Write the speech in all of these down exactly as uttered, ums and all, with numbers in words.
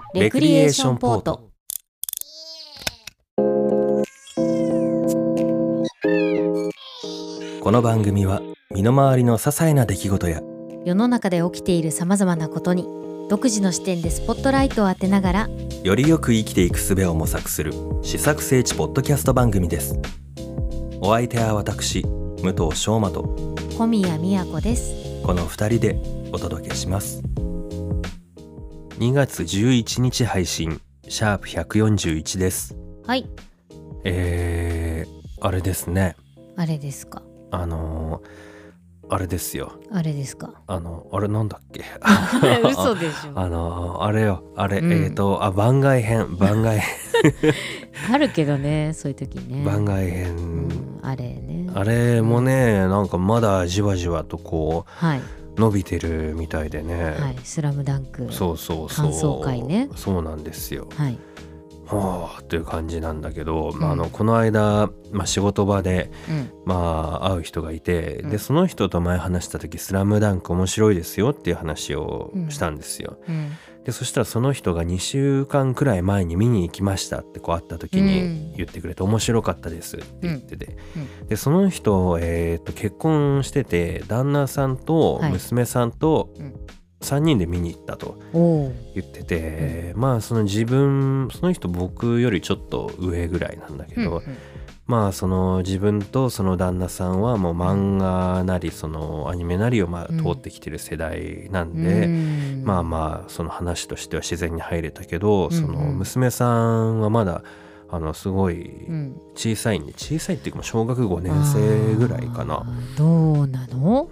レクリエーションポート。 この番組は身の回りの些細な出来事や世の中で起きているさまざまなことに独自の視点でスポットライトを当てながらよりよく生きていく術を模索する試作聖地ポッドキャスト番組です。お相手は私武藤翔馬と小宮宮子です。 このふたりでお届けします。にがつじゅういちにち配信シャープひゃくよんじゅういちです。 はい。 えー、あれですね。 あれですか。 あのー、あれですよ。 あれですか。 あのあれなんだっけ嘘でしょ。 あのー、あれよあれ、 うん、 えーとあ番外編番外編あるけどね、そういう時ね。 番外編、 うん、あれね。 あれもね、なんかまだじわじわとこう、 はい、 伸びてるみたいでね。 はい、スラムダンクそうそうそう感想会ね。 そうなんですよ。 はい。 はあという感じなんだけど、 うん、 まあ、あのこの間、まあ、仕事場で、 うん、 まあ、会う人がいて、 うん、 でその人と前話した時スラムダンク面白いですよっていう話をしたんですよ、 うん、 でそしたらその人がにしゅうかんくらい前に見に行きましたってこう会った時に言ってくれて、面白かったですって言ってて、 うんうん、 でその人、えー、と結婚してて旦那さんと娘さんと、はい、うんさんにんで見に行ったと言ってて、まあその自分その人僕よりちょっと上ぐらいなんだけど、うんうん、まあその自分とその旦那さんはもう漫画なりそのアニメなりをまあ通ってきてる世代なんで、うん、まあまあその話としては自然に入れたけど、うんうん、その娘さんはまだあのすごい小さいんで、小さいっていうか小学ごねん生ぐらいかな。 どうなの？ うん、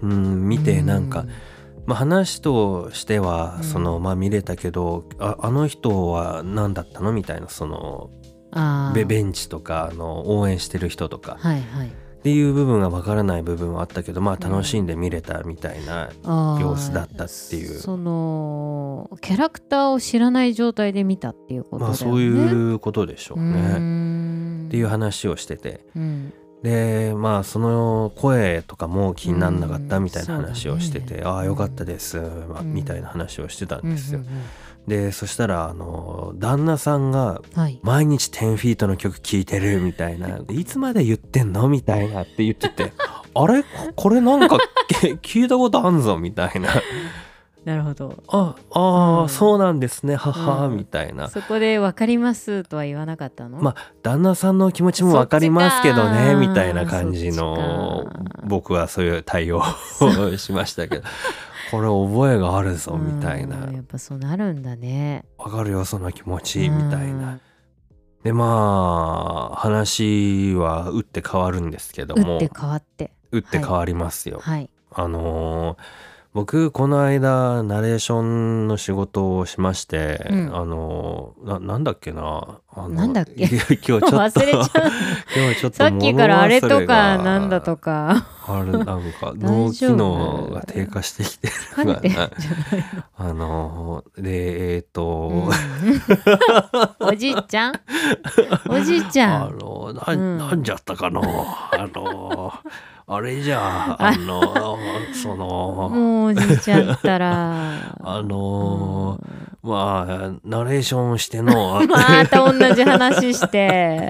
見てなんか、うんまあ、話としてはその、まあ、見れたけど、うん、あ, あの人は何だったのみたいなそのベ, ベンチとかあの応援してる人とか、はいはい、っていう部分が分からない部分はあったけど、まあ、楽しんで見れたみたいな様子だったっていう、うん、 そのキャラクターを知らない状態で見たっていうことだよね。 まあ、そういうことでしょうねっていう話をしてて、うんでまあその声とかも気にならなかったみたいな話をしてて、うんね、ああよかったです、うん、みたいな話をしてたんですよ、うんうんうん、でそしたらあの旦那さんが毎日じゅうフィートの曲聴いてるみたいな、はい、いつまで言ってんのみたいなって言っててあれこれなんか聞いたことあんぞみたいななるほど。 ああ、うん、そうなんですねはは、うん、みたいな。 そこで分かりますとは言わなかったの？ まあ旦那さんの気持ちも分かりますけどねみたいな感じの僕はそういう対応をしましたけどこれ覚えがあるぞみたいな、 やっぱそうなるんだね。 分かるよその気持ちみたいな。でまあ話は打って変わるんですけども、 打って変わって打って変わりますよ、 はいはい、 あのー僕この間ナレーションの仕事をしまして、うん、あの な, なんだっけなあのなんだっけ今日ちょっと忘れちゃう今日ちょっとさっきからあれとかなんだとかあれなんか脳機能が低下してきてるかなあのでえっ、ー、と、うん、 おじいちゃんおじいちゃんあの な,、うん、なんじゃったかなあのあれじゃあ、あの、その、 もうおじいちゃんったら、 あの、うん、まあ、ナレーションしての、 また同じ話して、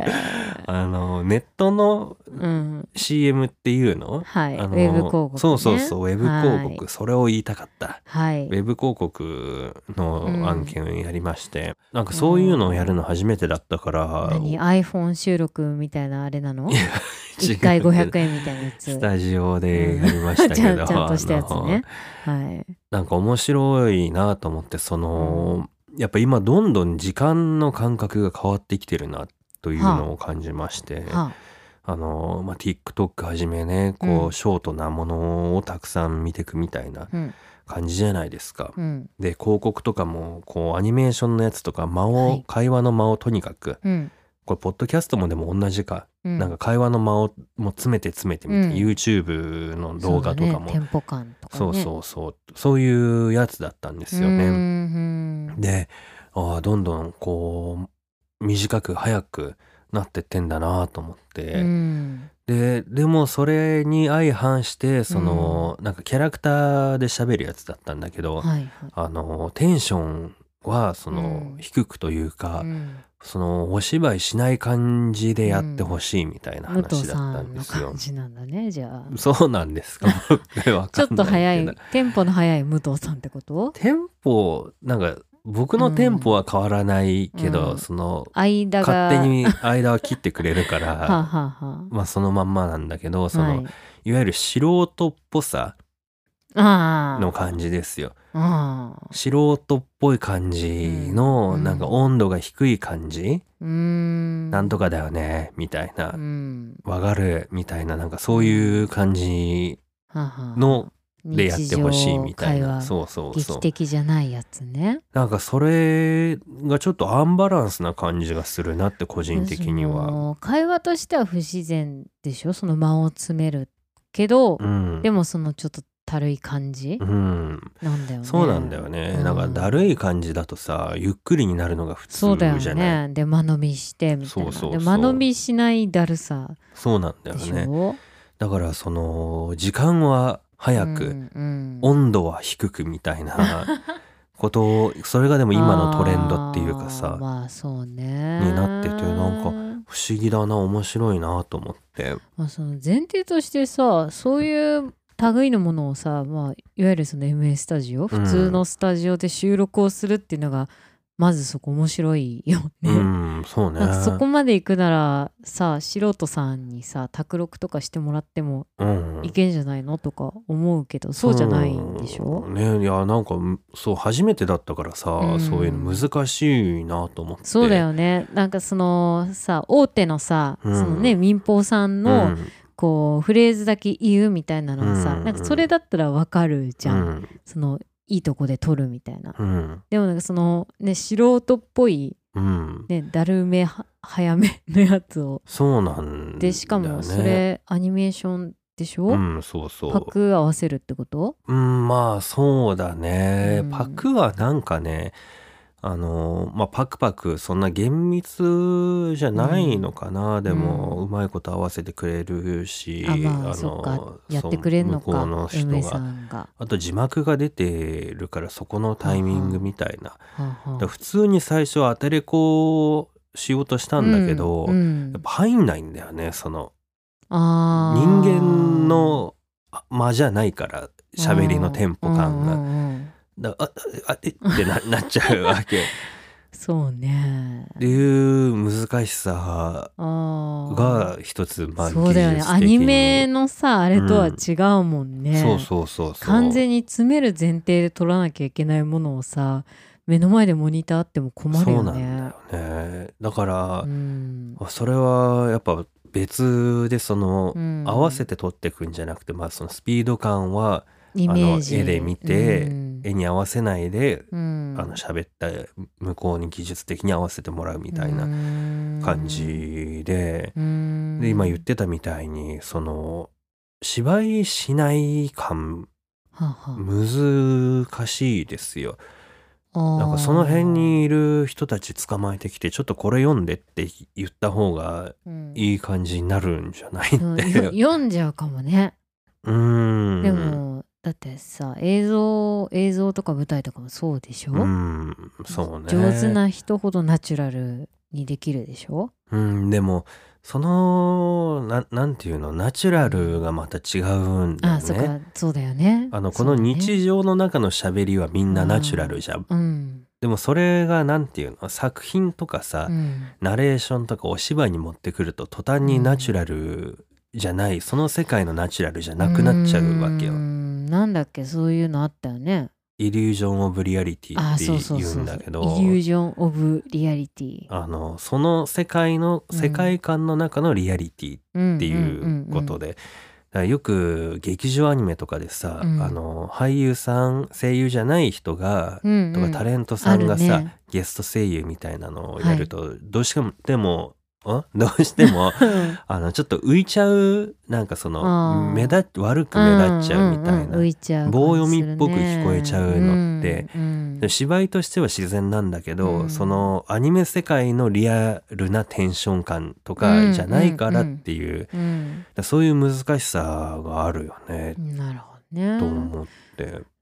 あの、ネットの シーエム っていうの、 うん、はい、 あのウェブ広告、ね。 そうそうそう、ウェブ広告、はい、それを言いたかった。 はい、 ウェブ広告の案件をやりまして、うん、なんかそういうのをやるの初めてだったから。 何 iPhone 収録みたいなあれなの？いっかいごひゃくえんみたいなやつ。 スタジオでやりましたけど、 うん、ちゃんとしたやつね。はい。 なんか面白いなと思って、その、うん、やっぱ今どんどん時間の感覚が変わってきてるなというのを感じまして、はあはあ、あの、まあ、TikTok はじめね、こう、うん、ショートなものをたくさん見ていくみたいな感じじゃないですか。うん、で、広告とかも、こう、アニメーションのやつとか、間を、はい、会話の間をとにかく、うんこれポッドキャストもでも同じか、うん、なんか会話の間をもう詰めて詰めてみて、うん、YouTube の動画とかも、 ね、テンポ感とかね、そうそうそうそういうやつだったんですよね。で、ああどんどんこう短く早くなってってんだなと思って、うん、ででもそれに相反してその、うん、なんかキャラクターで喋るやつだったんだけど、はいはい、あのテンションはその、 うん低くというか、 うん、 そのお芝居しない感じでやってほしいみたいな武藤話ださったんですよんの感。じなんだね、じゃあ。 そうなんですか。僕わちょっかんないと早いけど。 テンポの速い武藤さんってこと？ テンポなんか僕のテンポは変わらないけど、 うんその間が勝手に間は切ってくれるかはあ、 らはあはあ、 まあそのまんまなんだけど、その、 はい、 いわゆる素人っぽさあの感じですよ。 ああ素人っぽい感じの、 うんなんか温度が低い感じ、 うーんなんとかだよねみたいな、 うんわかるみたいな、なんかそういう感じはあはあのでやってほしいみたいな。 日常会話そうそうそ劇う。 的じゃないやつね。 なんかそれがちょっとアンバランスな感じがするなって個人的にそは。 の会話としては不自然でしょ、その間を詰めるけど、 うん、 でもそのちょっとたるい感じうん、 なんだよね。 そうなんだよね、 うんなんかだるい感じだとさゆっくりになるのが普通そうだよじゃない。 ね。で間延びしてみたいな。 そうそうそうで間延びしないだるさそうなんだよでしね。 ょ。 だからその時間は早く、 うんうん温度は低くみたいなことをそれがでも今のトレンドっていうかさ、 まあそうねになっててなんか不思議だな面白いなと思って、 まあ、その前提としてさ、そういう類のものをさ、まあ、いわゆるその エムエー スタジオ、普通のスタジオで収録をするっていうのがまずそこ面白いよね。 うん、そうね。 なんかそこまで行くならさ、素人さんにさ宅録とかしてもらってもいけんじゃないのとか思うけど、そうじゃないんでしょ。 ね、いやなんかそう初めてだったからさ、 うんそういうの難しいなと思って。 そうだよね。なんかそのさ大手のさ、 うん、 そのね民放さんの、うんこうフレーズだけ言うみたいなのはさ、うん、なんかそれだったらわかるじゃん、うん、そのいいとこで撮るみたいな、うん、でもなんかそのね素人っぽい、うんね、だるめは早めのやつをそうなんだよね。 でしかもそれアニメーションでしょ、 うん、そうそうパク合わせるってこと？ うんまあそうだね、うん、パクはなんかねあのまあパクパクそんな厳密じゃないのかな、うん、でも、うん、うまいこと合わせてくれるし、 あ、まあ、あのそっかやってくれるのか向こうの人が、エムエー さんがあと字幕が出てるからそこのタイミングみたいな、 ははは普通に最初アテレコしようとしたんだけど、うん、やっぱ入んないんだよね、そのあ人間の間じゃないから喋りのテンポ感が、うんうんうんだああえって な, なっちゃうわけそうねっていう難しさが一つ、まあ、 そうだよね。アニメのさあれとは違うもんね、 うん、そうそうそうそう完全に詰める前提で撮らなきゃいけないものをさ目の前でモニターあっても困るよね。 そうなんだよね。だから、うん、それはやっぱ別でその、うん、合わせて撮っていくんじゃなくて、まあ、そのスピード感はイメージあの絵で見て、うん、絵に合わせないで、 うん、 あの喋った向こうに技術的に合わせてもらうみたいな感じで、うん、で今言ってたみたいにその芝居しない感、はは難しいですよ。なんかその辺にいる人たち捕まえてきてちょっとこれ読んでって言った方がいい感じになるんじゃないって、うん、 読んじゃうかもね。 うーんでもだってさ映像映像とか舞台とかもそうでしょ。 うんそうね。 上手な人ほどナチュラルにできるでしょ。 うんでもその な, なんていうのナチュラルがまた違うんだよね。 あ、そうかそうだよね。 あのこの日常の中の喋りはみんなナチュラルじゃん、 うん、 でもそれがなんていうの作品とかさ、うん、ナレーションとかお芝居に持ってくると途端にナチュラルじゃない、うん、その世界のナチュラルじゃなくなっちゃうわけよ。 うんなんだっけそういうのあったよね。 イリュージョン・オブ・リアリティって言うんだけど、 イリュージョン・オブ・リアリティ、 あのその世界の世界観の中のリアリティっていうことで、よく劇場アニメとかでさ、うん、あの俳優さん声優じゃない人が、うんうん、とかタレントさんがさ、ね、ゲスト声優みたいなのをやると、はい、どうしてもどうしてもあのちょっと浮いちゃうなんかその目立悪く目立っちゃうみたいな、うんうんうん、棒読みっぽく聞こえちゃうのって、うんうん、芝居としては自然なんだけど、うん、そのアニメ世界のリアルなテンション感とかじゃないからっていう、うんうん、そういう難しさがあるよね、 なるほどねと思って。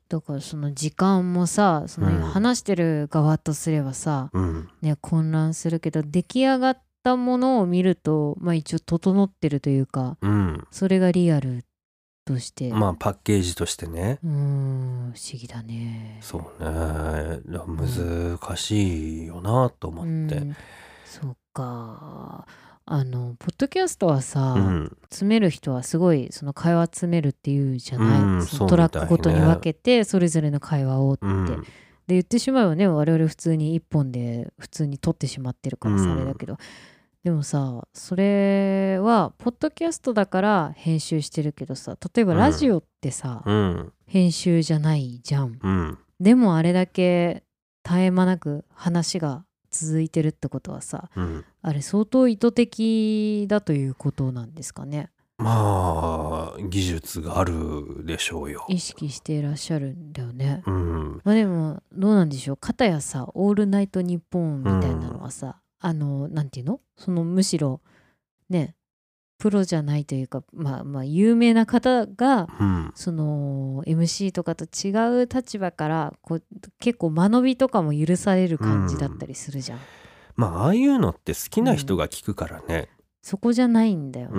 だからその時間もさ、その話してる側とすればさ、 うんね、混乱するけど、出来上がったものを見ると、まあ一応整ってるというか、 うん、 それがリアルとして、 まあパッケージとしてね。 うーん、不思議だね。 そうね、難しいよなと思って。 うん、そっか。あのポッドキャストはさ、 うん、 詰める人はすごいその会話詰めるっていうじゃない、 うん、 そのトラックごとに分けてそれぞれの会話をって、 うん、 で言ってしまえばね、我々普通に一本で普通に撮ってしまってるからさ、 うんあれだけど、でもさ、それはポッドキャストだから編集してるけどさ、例えばラジオってさ、 うん、 編集じゃないじゃん。 うん、 でもあれだけ絶え間なく話が続いてるってことはさ、 うん、 あれ相当意図的だということなんですかね。 まあ技術があるでしょうよ。 意識していらっしゃるんだよね。 うん、 まあでもどうなんでしょう。片やさ、オールナイトニッポンみたいなのはさ、うん、あのなんていうの、そのむしろね、プロじゃないというか、まあまあ有名な方が、 うん、 その エムシー とかと違う立場からこう結構間延びとかも許される感じだったりするじゃん。うん、 まあああいうのって好きな人が聞くからね。うん、 そこじゃないんだよね。 うん、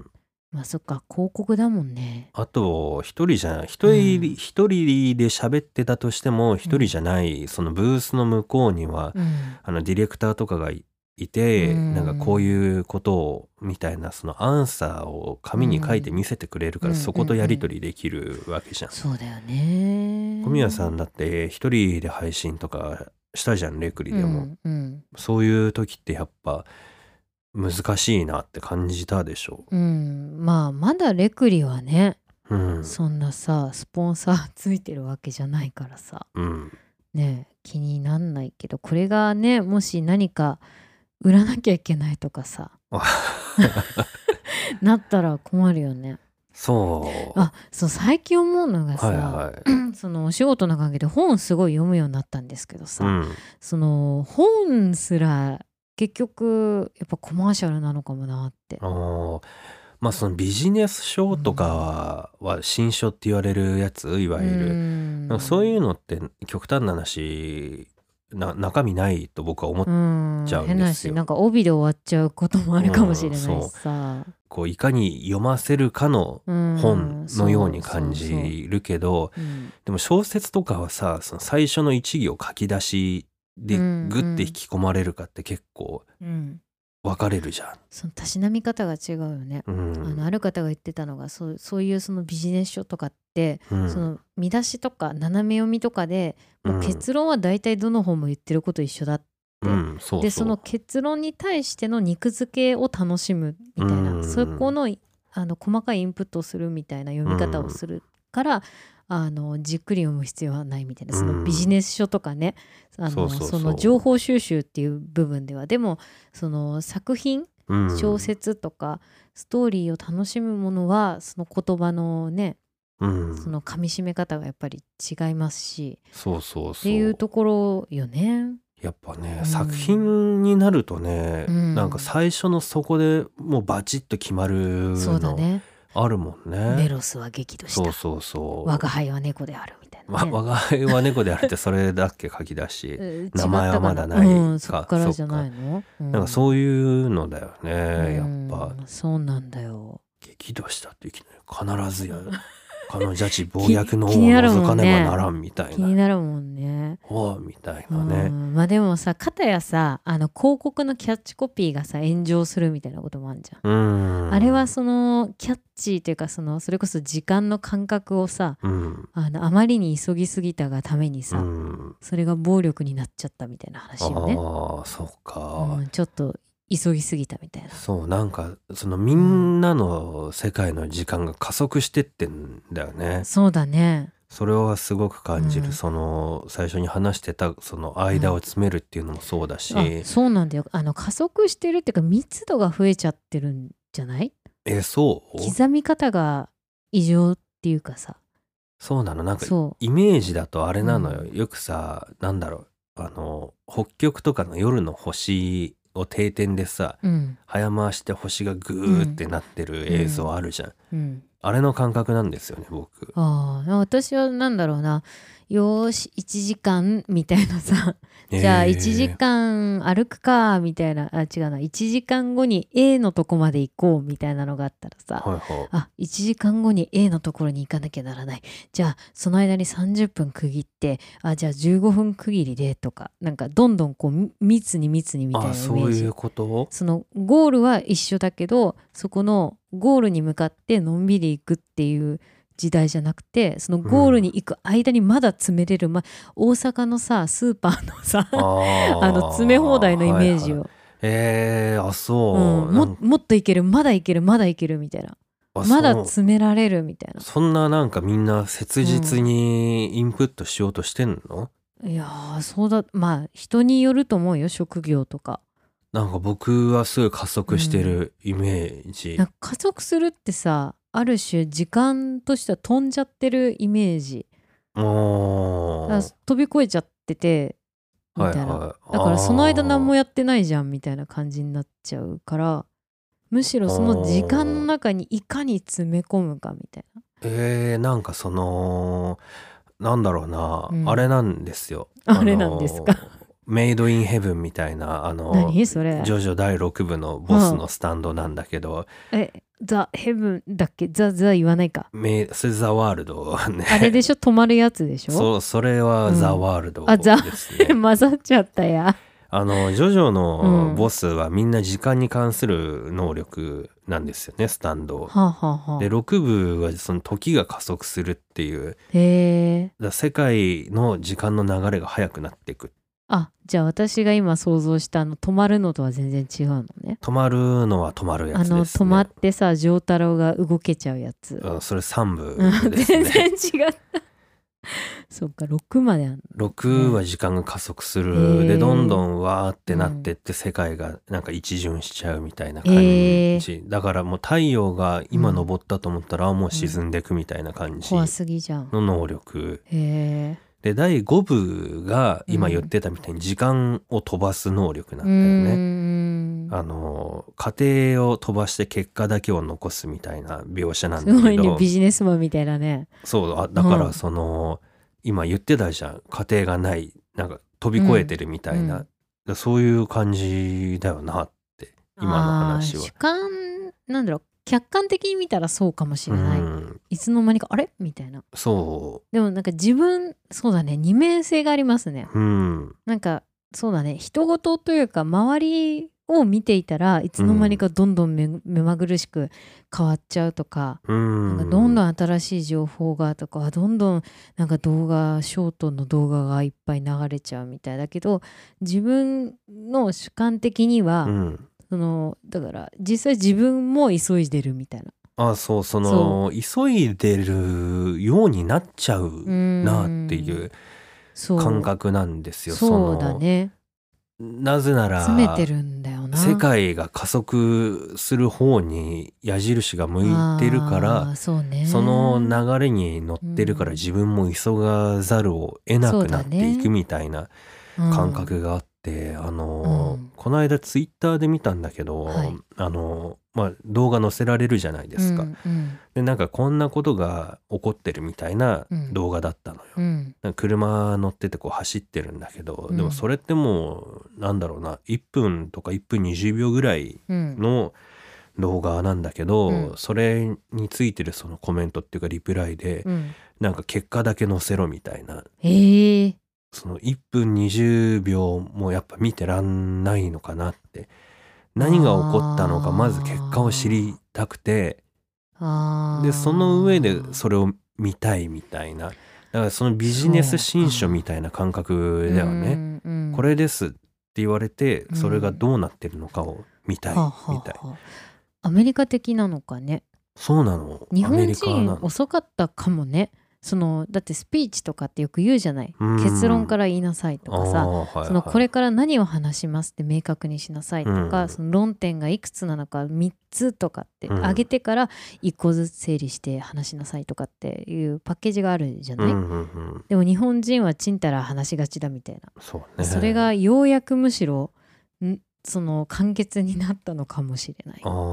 まあそっか、広告だもんね。 あと一人じゃ一人一人で喋ってたとしても一人じゃない、うん、そのブースの向こうには、うん、あのディレクターとかがいいて、うん、なんかこういうことをみたいなそのアンサーを紙に書いて見せてくれるから、うん、そことやり取りできるわけじゃん。 うんうんうん、そうだよね。 小宮さんだって一人で配信とかしたじゃん、レクリでも、うんうん、そういう時ってやっぱ難しいなって感じたでしょ。 うん、まあまだレクリはね、 うん、 そんなさスポンサーついてるわけじゃないからさ、 うん、 ね気になんないけど、これがねもし何か売らなきゃいけないとかさなったら困るよね。 そうあそう最近思うのがさ、はいはい、そのお仕事の関係で本すごい読むようになったんですけどさ、うん、その本すら結局やっぱコマーシャルなのかもなって。 あまあそのビジネス書とかは新書って言われるやつ、いわゆる、うん、そういうのって極端な話な中身ないと僕は思っちゃうんですよ。 変なし、なんか帯で終わっちゃうこともあるかもしれないしさ、 こういかに読ませるかの本のように感じるけど、でも小説とかはさ、その最初の一行書き出しでグッて引き込まれるかって結構分かれるじゃん。うん、 そのたしなみ方が違うよね。うん、あのある方が言ってたのが、そう、そういうそのビジネス書とかって、うん、その見出しとか斜め読みとかでもう結論は大体どの本も言ってること一緒だって、うん、そうそう、でその結論に対しての肉付けを楽しむみたいな、うん、そこの、あの細かいインプットをするみたいな読み方をするから、あのじっくり読む必要はないみたいな、そのビジネス書とかね、あのその情報収集っていう部分では、でもその作品、うん、小説とかストーリーを楽しむものはその言葉のね、うん、その噛み締め方がやっぱり違いますし、 そうそうそうっていうところよね。 やっぱね、うん、作品になるとね、うん、なんか最初のそこでもうバチッと決まるの、そうだね、あるもんね。 メロスは激怒した。 そうそうそう。 我が輩は猫であるみたいな、ね。 我が輩は猫であるってそれだっけ書き出し、名前はまだないか。 うん、そっからじゃないの？ うん、なんかそういうのだよね、やっぱ。 そうなんだよ。 激怒したっていきなり必ずやる。この邪智暴虐の王を除かねばならんみたいな。 気になるもんね。 おみたいなね。 まあでもさ、片やさ、あの広告のキャッチコピーがさ炎上するみたいなこともあるじゃん。うんあれはそのキャッチというか、そのそれこそ時間の感覚をさ、うん、あのあまりに急ぎすぎたがためにさ、うん、それが暴力になっちゃったみたいな話よね。 ああ、そうか、 うん。ちょっと急ぎすぎたみたいな。 そう、なんかそのみんなの世界の時間が加速してってんだよね。 そうだね。 それはすごく感じる、うん、その最初に話してたその間を詰めるっていうのもそうだし、 うん、そうなんだよ。あの加速してるっていうか密度が増えちゃってるんじゃない？ え、そう刻み方が異常っていうかさ。 そうなの。なんかイメージだとあれなのよ、うん、よくさ、なんだろう、あの北極とかの夜の星を定点でさ、うん、早回して星がグーってなってる映像あるじゃん、うんうん、 あれの感覚なんですよね僕。 ああ、私はなんだろうな、よーしいちじかんみたいなさ、じゃあいちじかん歩くかみたいな、あ違うな、いちじかんごに A のとこまで行こうみたいなのがあったらさ、 はいはい、 あいちじかんごに A のところに行かなきゃならない、じゃあその間にさんじゅっぷん区切って、あじゃあじゅうごふん区切りでとか、なんかどんどんこう密に密にみたいなイメージ。 あそういうこと。 そのゴールは一緒だけど、そこのゴールに向かってのんびり行くっていう時代じゃなくて、そのゴールに行く間にまだ詰めれる、ま、大阪のさスーパーのさあの詰め放題のイメージを、はいはい、 えー、あそう、 うん、も, もっといけるまだいけるまだいけるみたいな、まだ詰められるみたいな。 そんななんかみんな切実にインプットしようとしてんの？ うん、いやーそうだ、まあ人によると思うよ、職業とか。 なんか僕はすごい加速してるイメージ、 うん、加速するってさ、ある種時間としては飛んじゃってるイメージ。あ飛び越えちゃっててみたいな、はいはい、だからその間何もやってないじゃんみたいな感じになっちゃうから、むしろその時間の中にいかに詰め込むかみたいな。 えー、なんかそのなんだろうな、うん、あれなんですよ。 あれなんですか。 メイドインヘブンみたいな、あの何それ、 ジョジョだいろく部のボスのスタンドなんだけど、 うん、えザ・ヘブンだっけ、ザ・ザ言わないか、 メそれザ・ワールドね。 あれでしょ、止まるやつでしょ。 そう、それはザ・ワールドですね、 うん、あザ混ざっちゃったや。 あのジョジョのボスはみんな時間に関する能力なんですよね、スタンド、 はあはあはあ、 でろく部はその時が加速するっていう、 へだ世界の時間の流れが速くなっていく。 あ、じゃあ私が今想像したあの止まるのとは全然違うのね。 止まるのは止まるやつですね。 あの止まってさ、丈太郎が動けちゃうやつ。 うん、それさん部ですね。 全然違った。そっか、ろくまであるの、ね。 ろくは時間が加速する。で、どんどんわーってなってって、世界がなんか一巡しちゃうみたいな感じ。だからもう太陽が今昇ったと思ったら、うん、もう沈んでいくみたいな感じ。 怖すぎじゃん。 の能力。 へー。 でだいご部が今言ってたみたいに時間を飛ばす能力なんだよね。うん、あの過程を飛ばして結果だけを残すみたいな描写なんだけど、すごいね、ビジネスマンみたいなね。 そうあだからその、うん、今言ってたじゃん、過程がないなんか飛び越えてるみたいな、うん、そういう感じだよなって今の話は。 主観なんだろう、客観的に見たらそうかもしれない、うん、いつの間にかあれみたいな。 そうでもなんか自分そうだね、二面性がありますね、 うん、 なんかそうだね、人事というか周りを見ていたらいつの間にかどんどん 目,、うん、目まぐるしく変わっちゃうとか、うん、なんかどんどん新しい情報がとか、どんどんなんか動画ショートの動画がいっぱい流れちゃうみたいだけど、自分の主観的には、うんそのだから実際自分も急いでるみたいな。 あそうその急いでるようになっちゃうなっていう感覚なんですよ。 そうだね。 なぜなら詰めてるんだよな。 世界が加速する方に矢印が向いてるから、 そうね、 その流れに乗ってるから自分も急がざるを得なくなっていくみたいな感覚があって、あの、うん、この間ツイッターで見たんだけど、はい、あのまあ動画載せられるじゃないですか、うんうん、でなんかこんなことが起こってるみたいな動画だったのよ、うん、なんか車乗っててこう走ってるんだけど、うん、でもそれってもうなんだろうな、いっぷんとかいっぷんにじゅうびょうぐらいの動画なんだけど、うん、それについてるそのコメントっていうかリプライで、うん、なんか結果だけ載せろみたいな、 えーそのいっぷんにじゅうびょうもやっぱ見てらんないのかなって、何が起こったのかまず結果を知りたくて、でその上でそれを見たいみたいな、だからそのビジネス新書みたいな感覚だよね、うんうん、これですって言われてそれがどうなってるのかを見たい、うん、みたい、はあはあ、アメリカ的なのかね。 そうなの、 日本人遅かったかもね。そのだってスピーチとかってよく言うじゃない、うん、結論から言いなさいとかさ、はいはい、そのこれから何を話しますって明確にしなさいとか、うん、その論点がいくつなのかみっつとかって挙げてからいっこずつ整理して話しなさいとかっていうパッケージがあるじゃない、うんうんうん、でも日本人はちんたら話しがちだみたいな、 そうね、 それがようやくむしろんその簡潔になったのかもしれない。 あ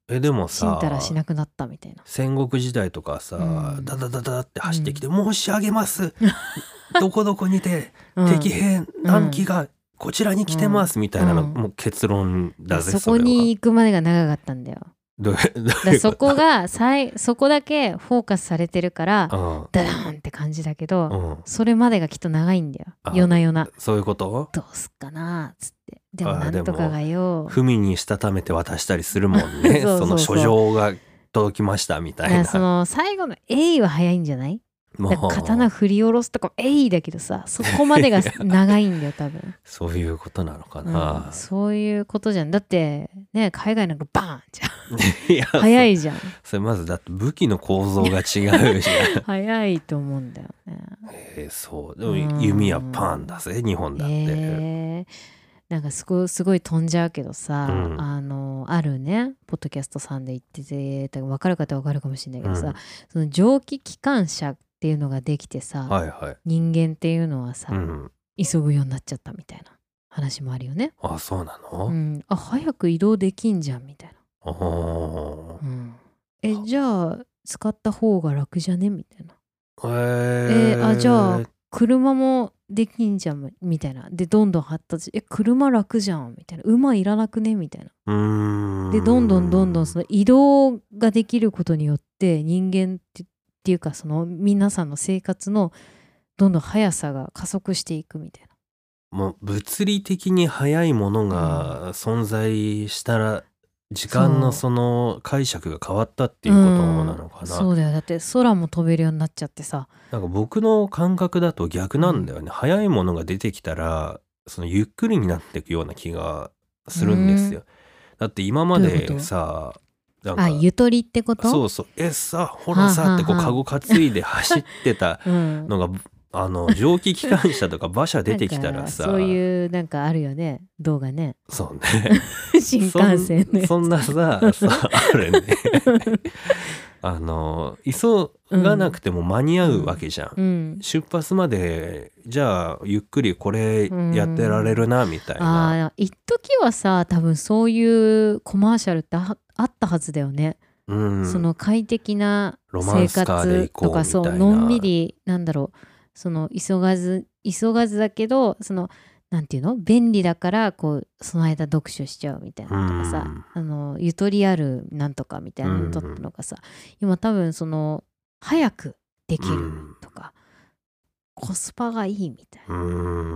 えでもさ死んだらしなくなったみたいな。 戦国時代とかさ、 うん、 ダダダダって走ってきて、うん、申し上げますどこどこにて敵兵何機がこちらに来てますみたいなの、うん、もう結論だぜ。 そこに行くまでが長かったんだよ。 どうだそこがそこだけフォーカスされてるから、うん、ダダーンって感じだけど、うん、それまでがきっと長いんだよ。夜な夜な。 そういうこと？ どうすっかなっつって。でもなんとかがよ。 文にしたためて渡したりするもんね。そうそうそう、その書状が届きましたみたいな。 その最後の「えい」は早いんじゃない？刀振り下ろすとか「えい」だけどさ、そこまでが長いんだよ多分。 そういうことなのかな、 うん、そういうことじゃん。だってね、海外なんかバーンじゃん。いや早いじゃん。 それまずだって武器の構造が違うじゃん。 早いと思うんだよね。 えー、そうでも弓はパンだぜ日本だって。えー、 なんかすごいすごい飛んじゃうけどさ、うん、あのあるねポッドキャストさんで言ってて、分かる方は分かるかもしれないけどさ、うん、その蒸気機関車っていうのができてさ、はいはい、人間っていうのはさ、うん、急ぐようになっちゃったみたいな話もあるよね。 あ、そうなの？ うん、あ、早く移動できんじゃんみたいな。あ、うん、えじゃあ使った方が楽じゃねみたいな。えー、えー、あじゃあ車もできんじゃんみたいな。でどんどん発達、え車楽じゃんみたいな。馬いらなくねみたいな。うーんでどんどんどんどんその移動ができることによって人間ってっていうかその皆さんの生活のどんどん速さが加速していくみたいな。 もう物理的に速いものが存在したら時間のその解釈が変わったっていうことなのかな、うん、 そうだよ。だって空も飛べるようになっちゃってさ。 なんか僕の感覚だと逆なんだよね、うん、速いものが出てきたらそのゆっくりになっていくような気がするんですよ、うん、だって今までさなんかあゆとりってこと？ そうそうえさほらさってこうカゴ担いで走ってたのが、うん、あの蒸気機関車とか馬車出てきたらさそういうなんかあるよね動画ね。 そうね新幹線ねそ, そんなささあるねあの急がなくても間に合うわけじゃん、うん、出発までじゃあゆっくりこれやってられるなみたいな、 うん、あ一時はさ多分そういうコマーシャルってあったはずだよね、うん、その快適な生活とかそうのんびりなんだろうその急がず急がずだけどそのなんていうの便利だからこうその間読書しちゃうみたいなのとかさ、うん、あのゆとりあるなんとかみたいなのだったのがさ、うん、今多分その早くできるとか、うん、コスパがいいみたいな、うん、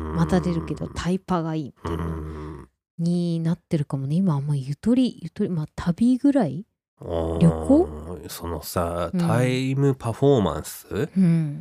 また出るけどタイパがいいみたいな、うん、になってるかもね。今あんまゆとりゆとりまあ旅ぐらい旅行そのさ、うん、タイムパフォーマンス、うん、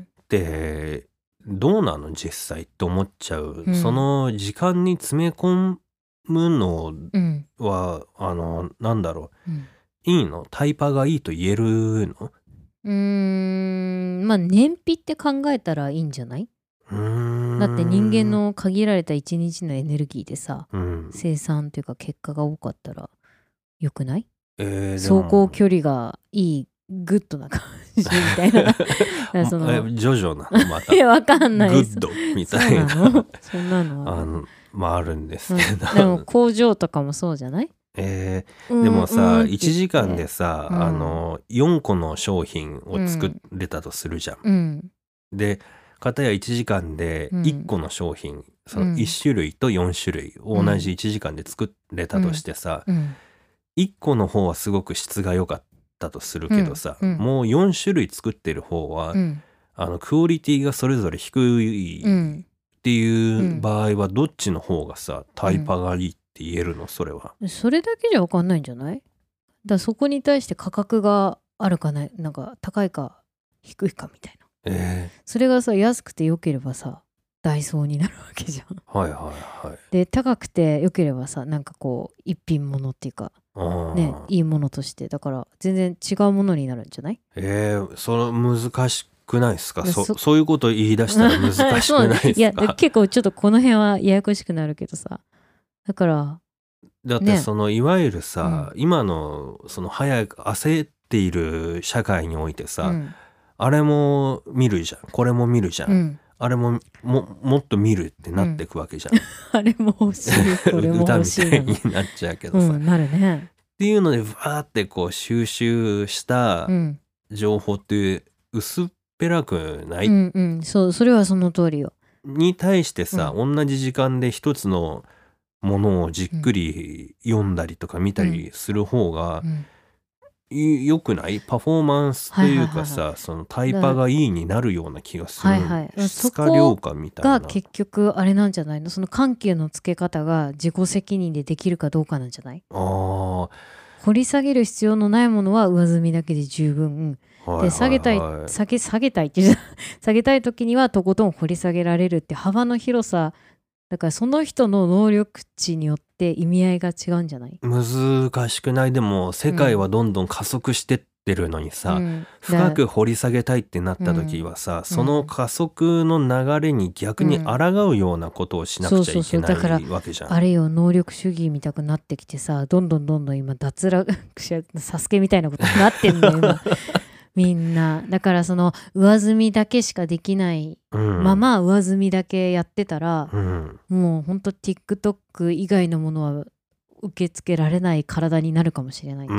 ってどうなの実際って思っちゃう、うん、その時間に詰め込むのは、うん、あのなんだろう、うん、いいのタイパがいいと言えるの？ うーんまあ燃費って考えたらいいんじゃない？うーんだって人間の限られた一日のエネルギーでさ、うん、生産というか結果が多かったらよくない？えー、走行距離がいいグッドな感じみたいなそのジョジョなのまたいやわかんないグッドみたいなそんなのあのまああるんですけど、 うん、でも工場とかもそうじゃない？ えー、でもさ、うんうん、いちじかんでさ、うん、あのよんこの商品を作れたとするじゃん、うん、で片やいちじかんでいっこの商品、うん、そのいち種類とよん種類を同じいちじかんで作れたとしてさ、うんうん、いっこの方はすごく質が良かっただとするけどさ、うんうん、もうよん種類作ってる方は、うん、あのクオリティがそれぞれ低いっていう場合はどっちの方がさタイパがいいって言えるの？それはそれだけじゃ分かんないんじゃない？だからそこに対して価格があるかないなんか高いか低いかみたいな、えー、それがさ安くて良ければさダイソーになるわけじゃん。はいはいはい。で高くて良ければさなんかこう一品物っていうかね、いいものとしてだから全然違うものになるんじゃない？ えー、それ難しくないですか？ そ, そういうこと言い出したら難しくないですか？ いや結構ちょっとこの辺はややこしくなるけどさだからだってその、ね、いわゆるさ、うん、今のその早く焦っている社会においてさ、うん、あれも見るじゃんこれも見るじゃん、うんあれも も, もっと見るってなってくわけじゃん、うん、 あれも欲しいこれも欲しい歌みたいになっちゃうけどさ、 うん、なるねっていうのでわーってこう収集したうん情報って薄っぺらくない、 うんうんそうそれはその通りよ。 に対してさ、同じ時間で一つのものをじっくり読んだりとか見たりする方がうんい良くない？パフォーマンスというかさ、 はいはいはいはそのタイパがいいになるような気がする。 はいはい質化量化みたいな。 が結局あれなんじゃないの？その緩急のつけ方が自己責任でできるかどうかなんじゃない？ ああ、 掘り下げる必要のないものは上積みだけで十分。 はいはいはい、 で下げたい下げ下げたいって言う下げたい時にはとことん掘り下げられるって幅の広さだから、その人の能力値によって意味合いが違うんじゃない？ 難しくない？でも世界はどんどん加速してってるのにさ、 うん、 深く掘り下げたいってなった時はさ、うん、その加速の流れに逆に抗うようなことをしなくちゃいけないわけじゃん。 あれよ、能力主義みたくなってきてさ、どんどんどんどん今脱落者サスケみたいなことになってんのよ今みんな。だからその上積みだけしかできないまま上積みだけやってたら、うん、もうほんと TikTok 以外のものは受け付けられない体になるかもしれない。うん、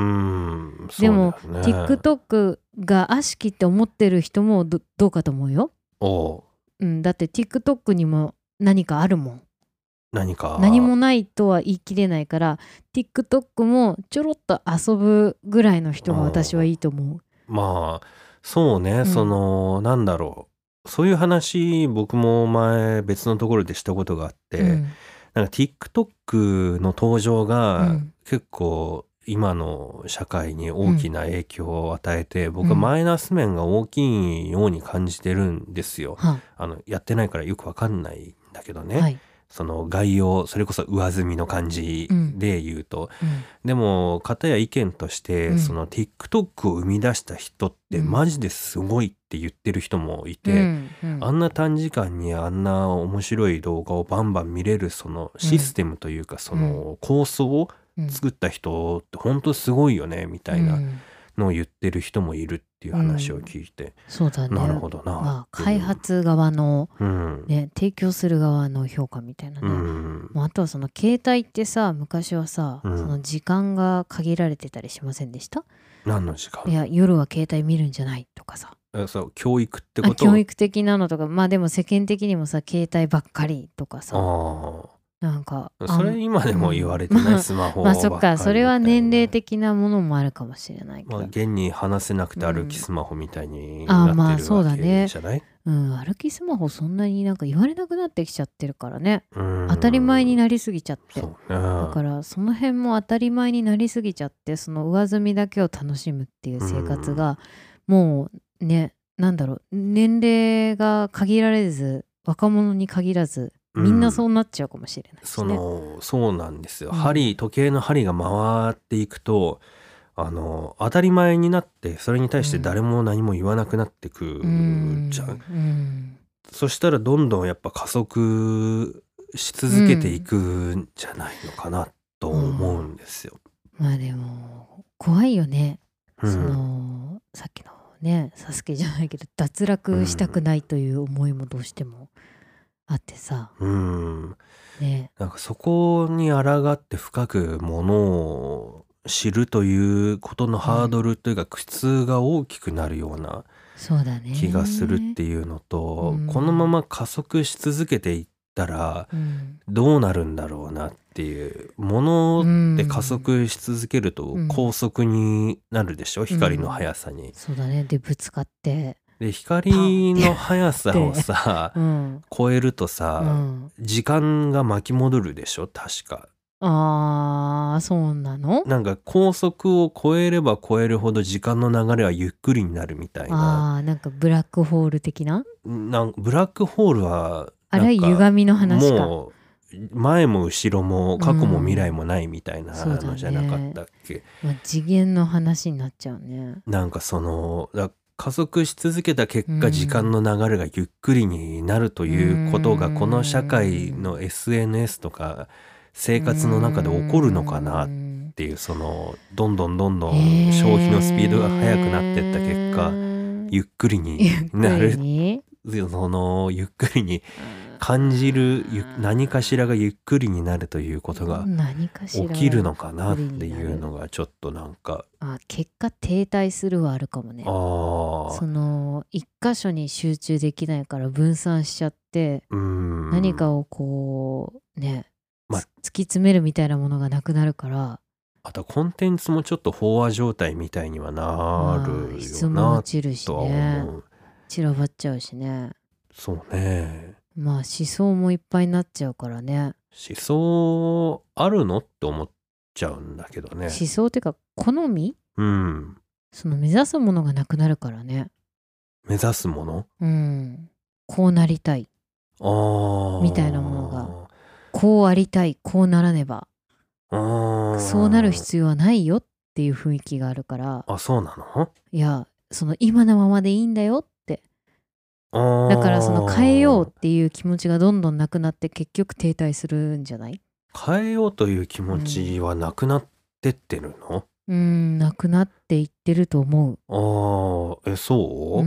でも、ね、TikTok が悪しきって思ってる人も ど, どうかと思うよ。おう、うん、だって TikTok にも何かあるもん。 何か何もないとは言い切れないから TikTok もちょろっと遊ぶぐらいの人が私はいいと思う。 まあそうね、うん、そのなんだろう、そういう話僕も前別のところでしたことがあって、うん、なんか TikTok の登場が結構今の社会に大きな影響を与えて、うん、僕はマイナス面が大きいように感じてるんですよ、うん、あのやってないからよくわかんないんだけどね、はい、その概要、それこそ上積みの感じで言うと、うん、でも片や意見として、うん、その TikTok を生み出した人ってマジですごいって言ってる人もいて、うんうん、あんな短時間にあんな面白い動画をバンバン見れるそのシステムというか、その構想を作った人って本当すごいよねみたいなのを言ってる人もいるっていう話を聞いて、うん、 そうだね、 なるほどな、 まあ、開発側の、うんね、提供する側の評価みたいなね、うん、もうあとはその携帯ってさ、昔はさ、うん、その時間が限られてたりしませんでした？ 何の時間？ いや、夜は携帯見るんじゃないとかさ、 そう教育ってこと？ 教育的なのとか、まあでも世間的にもさ、携帯ばっかりとかさ、あなんかそれ今でも言われてない、うん、スマホばっかりみたいな。 まあそっか、それは年齢的なものもあるかもしれないけど、 まあ、現に話せなくて歩きスマホみたいになってるわけじゃない？うん、あまあそうだね、 うん、歩きスマホそんなになんか言われなくなってきちゃってるからね、当たり前になりすぎちゃって、ね、だからその辺も当たり前になりすぎちゃって、その上積みだけを楽しむっていう生活がもうね、なんだろう、年齢が限られず若者に限らずみんなそうなっちゃうかもしれないですね、 うん、そのそうなんですよ、うん、針時計の針が回っていくとあの当たり前になって、それに対して誰も何も言わなくなってくじゃん、うんうん、そしたらどんどんやっぱ加速し続けていくんじゃないのかなと思うんですよ、 うん、まあでも怖いよね、うん、そのさっきのねサスケじゃないけど脱落したくないという思いもどうしてもあってさ、うんね、なんかそこに抗って深くものを知るということのハードルというか苦痛が大きくなるような気がするっていうのと、うん、このまま加速し続けていったらどうなるんだろうなっていう、ものって加速し続けると高速になるでしょ、うん、光の速さに、うん、 そうだね、でぶつかってで光の速さをさ、うん、超えるとさ、うん、時間が巻き戻るでしょ確か。 あーそうなの？ なんか高速を超えれば超えるほど時間の流れはゆっくりになるみたいな。 あーなんかブラックホール的な？ なんブラックホールはあれは歪みの話か。 もう前も後ろも過去も未来もないみたいなのじゃなかったっけ、 うんね、次元の話になっちゃうね。 なんかそのだ加速し続けた結果、時間の流れがゆっくりになるということがこの社会の エスエヌエス とか生活の中で起こるのかなっていう、そのどんどんどんどん消費のスピードが速くなっていった結果ゆっくりになる、 そのゆっくりに感じる何かしらがゆっくりになるということが起きるのかなっていうのがちょっとなんか、 あ、結果停滞するはあるかもね。あ、その一箇所に集中できないから分散しちゃって、うん、何かをこうね、ま、突き詰めるみたいなものがなくなるから、 あとコンテンツもちょっと飽和状態みたいにはなるよな、 質も落ちるしね、散らばっちゃうしね。 そうね。 まあ思想もいっぱいになっちゃうからね。 思想あるのって思っちゃうんだけどね。 思想っていうか好み、 うん、 その目指すものがなくなるからね。 目指すもの、 うん、こうなりたいあみたいなものが、こうありたい、こうならねば、あ、そうなる必要はないよっていう雰囲気があるから。 あ、そうなの？ いや、その今のままでいいんだよって。だからその変えようっていう気持ちがどんどんなくなって結局停滞するんじゃない？ 変えようという気持ちはなくなってってるの？ うん、うん、なくなっていってると思う。ああ、え、そう？うん。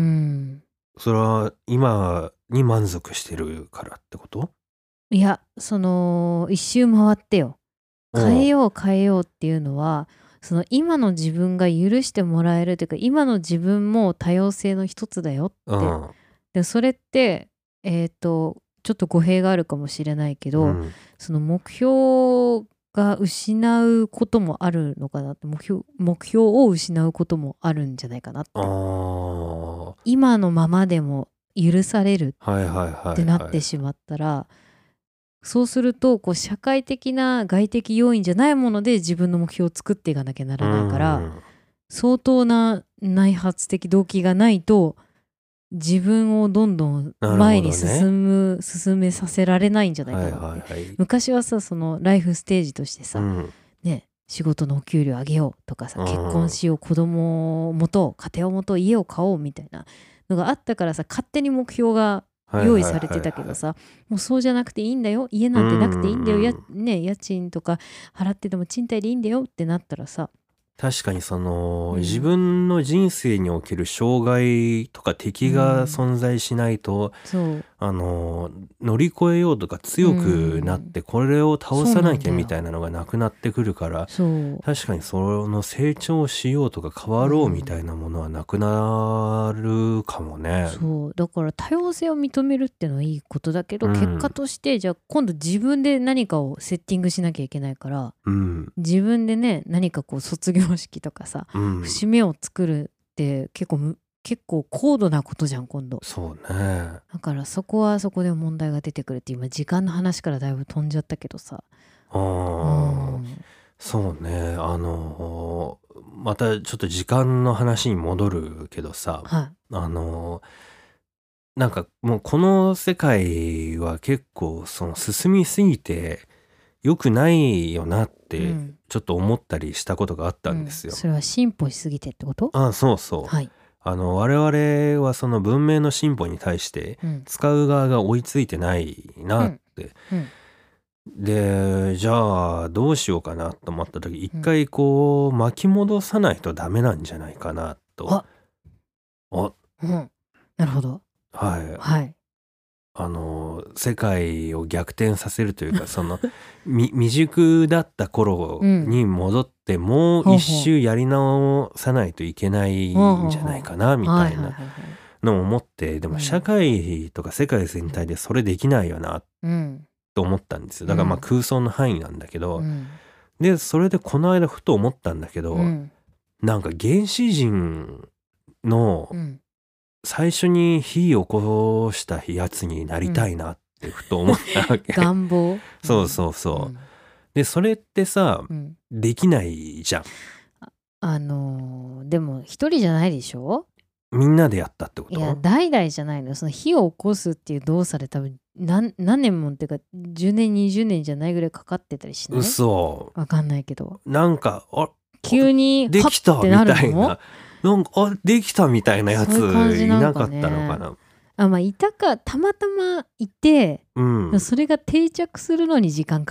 それは今に満足してるからってこと？ いや、その一周回ってよ。変えよう変えようっていうのは、その今の自分が許してもらえるというか、今の自分も多様性の一つだよって。うん、でそれってえっ、ー、とちょっと語弊があるかもしれないけど、うん、その目標が失うこともあるのかなって、目標、目標を失うこともあるんじゃないかなって。あ、今のままでも許されるってなってしまったら、そうするとこう社会的な外的要因じゃないもので自分の目標を作っていかなきゃならないから、うん、相当な内発的動機がないと自分をどんどん前に進む、ね、進めさせられないんじゃないかなって、はいはいはい、昔はさ、そのライフステージとしてさ、うん、ね、仕事のお給料上げようとかさ、結婚しよう、子供を持とう、家庭を持とう、家を買おうみたいなのがあったからさ、勝手に目標が用意されてたけどさ、もうそうじゃなくていいんだよ、家なんてなくていいんだよ、や、ね、家賃とか払ってても賃貸でいいんだよってなったらさ、 確かにその、うん、自分の人生における障害とか敵が存在しないと、うん、あの乗り越えようとか強くなってこれを倒さなきゃみたいなのがなくなってくるから、確かにその成長しようとか変わろうみたいなものはなくなるかもね。 うん、そうだから多様性を認めるっていうのはいいことだけど、うん、結果としてじゃあ今度自分で何かをセッティングしなきゃいけないから、うん、自分でね、何かこう卒業式とかさ、うん、節目を作るって結構結構高度なことじゃん今度。 そうね。 だからそこはそこで問題が出てくるって、今時間の話からだいぶ飛んじゃったけどさ。あ、 うん、そうね。あのまたちょっと時間の話に戻るけどさ、はい、あのなんかもうこの世界は結構その進みすぎて良くないよなってちょっと思ったりしたことがあったんですよ。 うん、それは進歩しすぎてってこと？ あ、そうそう。はい。あの我々はその文明の進歩に対して使う側が追いついてないなって。うんうん、で、じゃあどうしようかなと思った時、一回こう巻き戻さないとダメなんじゃないかなと。あ、 あ、うん、なるほど。 はい。はい。あの世界を逆転させるというか、その未熟だった頃に戻ってもう一周やり直さないといけないんじゃないかなみたいなのを思って、でも社会とか世界全体でそれできないよなと思ったんですよ。だからまあ空想の範囲なんだけど、でそれでこの間ふと思ったんだけど、なんか原始人の最初に火を起こしたやつになりたいなってふと思ったわけ。 願望。 そうそうそう。うん、でそれってさ、うん、できないじゃん。 あ、あのー、でも一人じゃないでしょ？ みんなでやったってこと？ いや代々じゃないの。その火を起こすっていう動作で多分何何年もっていうかじゅうねんにじゅうねんじゃないぐらいかかってたりしない？ 嘘。 わかんないけど。 なんかあ急にできたみたいな。なんかあできたみたいなやついなかったのかな。 あ、まあいたか、たまたまいて、うん、それが定着するのに時間かかっ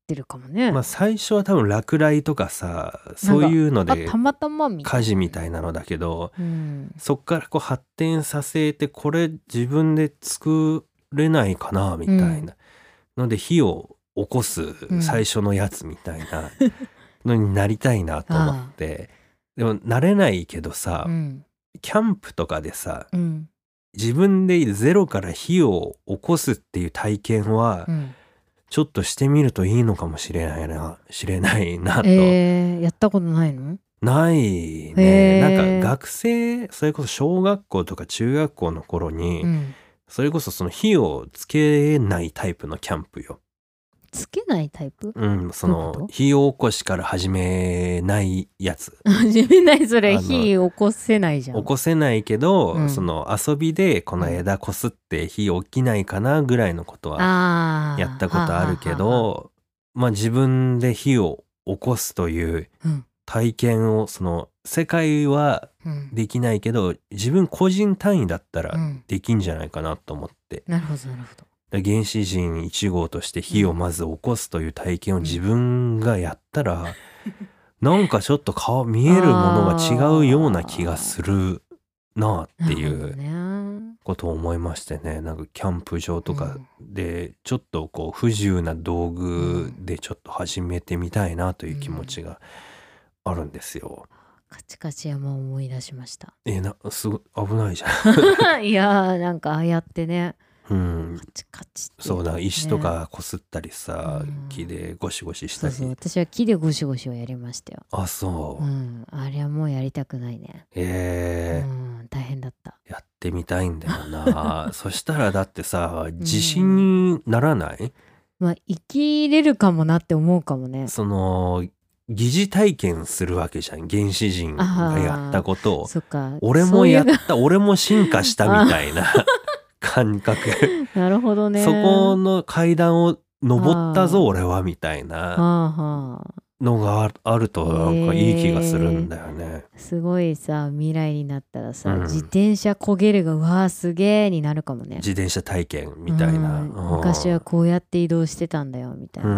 ってるかもね。 まあ最初は多分落雷とかさそういうのでたまたまみたいな火事みたいなのだけど、 うん、 そっからこう発展させてこれ自分で作れないかなみたいなので火を起こす最初のやつみたいなのになりたいなと思って、でもなれないけどさ、うん、キャンプとかでさ、うん、自分でゼロから火を起こすっていう体験は、うんちょっとしてみるといいのかもしれないな、知れないなと。 えー、やったことないの？ ないね。なんか学生、それこそ小学校とか中学校の頃に、うん、それこそその火をつけないタイプのキャンプよ。 つけないタイプ？ うん、その火起こしから始めないやつ。 始めないそれ火起こせないじゃん。 起こせないけど、うん、その遊びでこの枝こすって火起きないかなぐらいのことはやったことあるけど、まあ自分で火を起こすという体験をその世界はできないけど、自分個人単位だったらできんじゃないかなと思って。 なるほどなるほど。 原始人いち号として火をまず起こすという体験を自分がやったら、うん、なんかちょっと顔見えるものが違うような気がするなっていうことを思いましてね。なんかキャンプ場とかでちょっとこう不自由な道具でちょっと始めてみたいなという気持ちがあるんですよ。 カチカチ山を思い出しました。 えなすごい危ないじゃん。いやーなんかああやってね。 うん、 カチカチって、ね、 そうだ石とかこすったりさ、うん、木でゴシゴシしたり。 そうそう私は木でゴシゴシをやりましたよ。 あそう、 うん、あれはもうやりたくないね。 えーうん、大変だった。 やってみたいんだよな。そしたらだってさ自信にならない、うん、 まあ生きれるかもなって思うかもね。 その疑似体験するわけじゃん原始人がやったことを。 そっか俺もやった俺も進化したみたいな感覚なるほどね。 そこの階段を登ったぞ俺はみたいなのがあるとなんかいい気がするんだよね。 えー、すごいさ未来になったらさ、うん、自転車焦げるがうわーすげーになるかもね。 自転車体験みたいな、うん、 昔はこうやって移動してたんだよみたいな、うん、